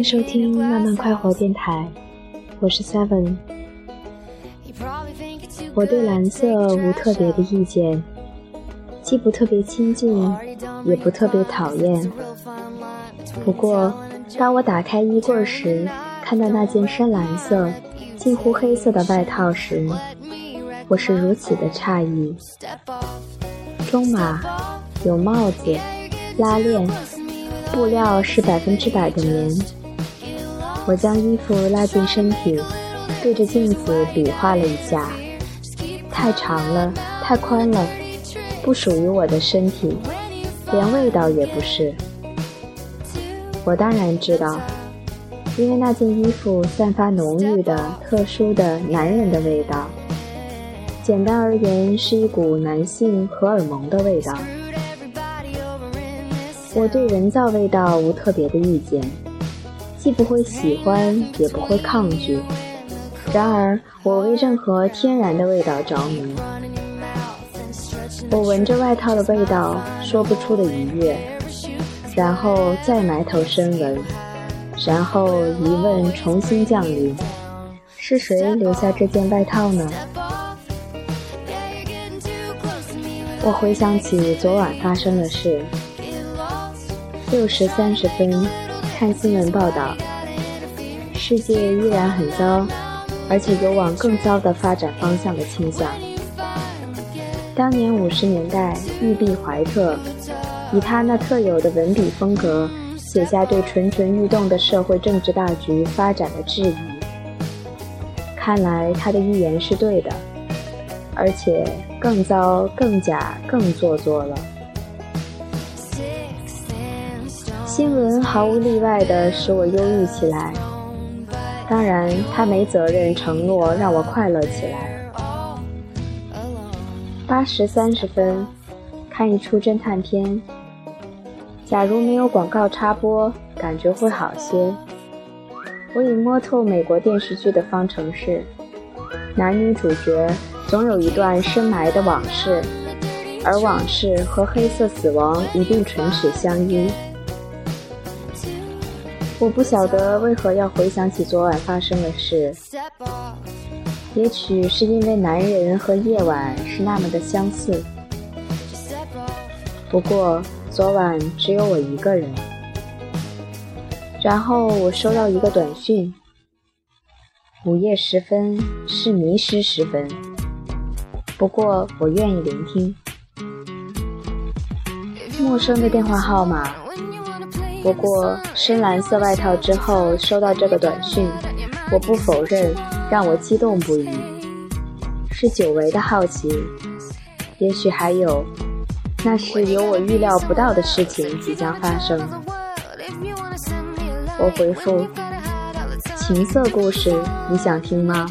收听慢慢快活电台，我是 Seven。 我对蓝色无特别的意见，既不特别亲近，也不特别讨厌。不过当我打开衣柜时，看到那件深蓝色近乎黑色的外套时，我是如此的诧异。中码，有帽子，拉链，布料是100%的棉。我将衣服拉进身体，对着镜子比划了一下，太长了，太宽了，不属于我的身体，连味道也不是。我当然知道，因为那件衣服散发浓郁的、特殊的男人的味道。简单而言，是一股男性荷尔蒙的味道。我对人造味道无特别的意见，既不会喜欢，也不会抗拒。然而，我为任何天然的味道着迷。我闻着外套的味道，说不出的愉悦，然后再埋头深闻，然后疑问重新降临：是谁留下这件外套呢？我回想起昨晚发生的事。6时30分，看新闻报道，世界依然很糟，而且有往更糟的发展方向的倾向。当年50年代，玉璧怀特以他那特有的文笔风格写下对蠢蠢欲动的社会政治大局发展的质疑。看来他的预言是对的，而且更糟、更假、更做作了。新闻毫无例外地使我忧郁起来，当然他没责任承诺让我快乐起来。8时30分，看一出侦探片，假如没有广告插播，感觉会好些。我已摸透美国电视剧的方程式，男女主角总有一段深埋的往事，而往事和黑色死亡一定唇齿相依。我不晓得为何要回想起昨晚发生的事，也许是因为男人和夜晚是那么的相似。不过昨晚只有我一个人。然后我收到一个短讯：午夜时分是迷失时分，不过我愿意聆听。陌生的电话号码，不过深蓝色外套之后收到这个短讯，我不否认让我激动不已，是久违的好奇，也许还有那是有我预料不到的事情即将发生。我回复：情色故事你想听吗？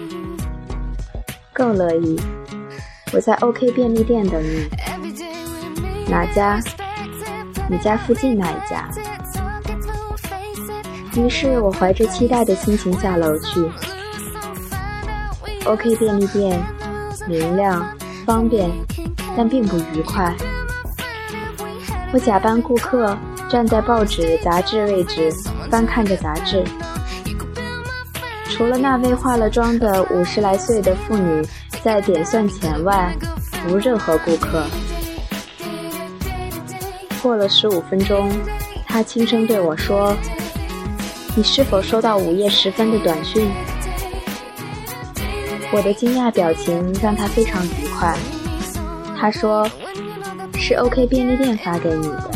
更乐意，我在 OK 便利店等你。哪家？你家附近那一家。于是我怀着期待的心情下楼去。OK 便利店明亮方便，但并不愉快。我假扮顾客，站在报纸杂志位置，翻看着杂志。除了那位化了妆的50来岁的妇女在点算钱外，无任何顾客。过了15分钟，她轻声对我说：你是否收到午夜时分的短讯？我的惊讶表情让她非常愉快。她说：是 OK 便利店发给你的。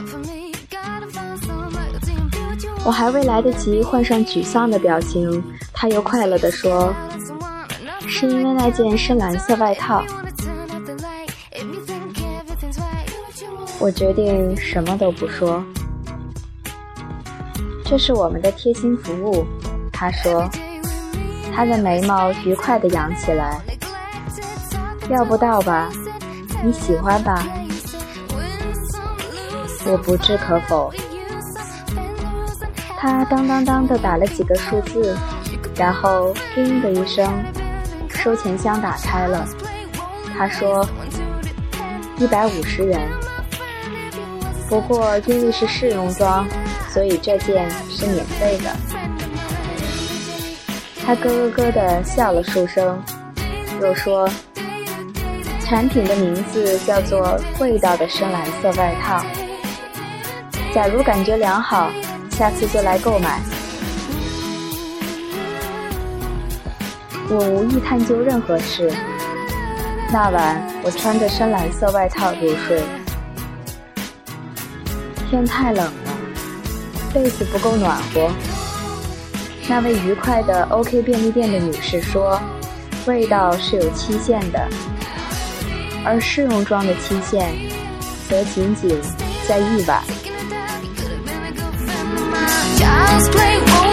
我还未来得及换上沮丧的表情，她又快乐地说：是因为那件深蓝色外套。我决定什么都不说。这是我们的贴心服务，他说，他的眉毛愉快地扬起来。要不到吧？你喜欢吧？我不置可否。他当当当地打了几个数字，然后叮的一声，收钱箱打开了。他说150元。不过因为是试用装， 所以这件是免费的。他咯咯咯地笑了数声，又说，产品的名字叫做味道的深蓝色外套，假如感觉良好，下次就来购买。我无意探究任何事，那晚我穿着深蓝色外套入睡。天太冷了，被子不够暖和。那位愉快的 OK 便利店的女士说，味道是有期限的，而试用装的期限则仅仅在1晚。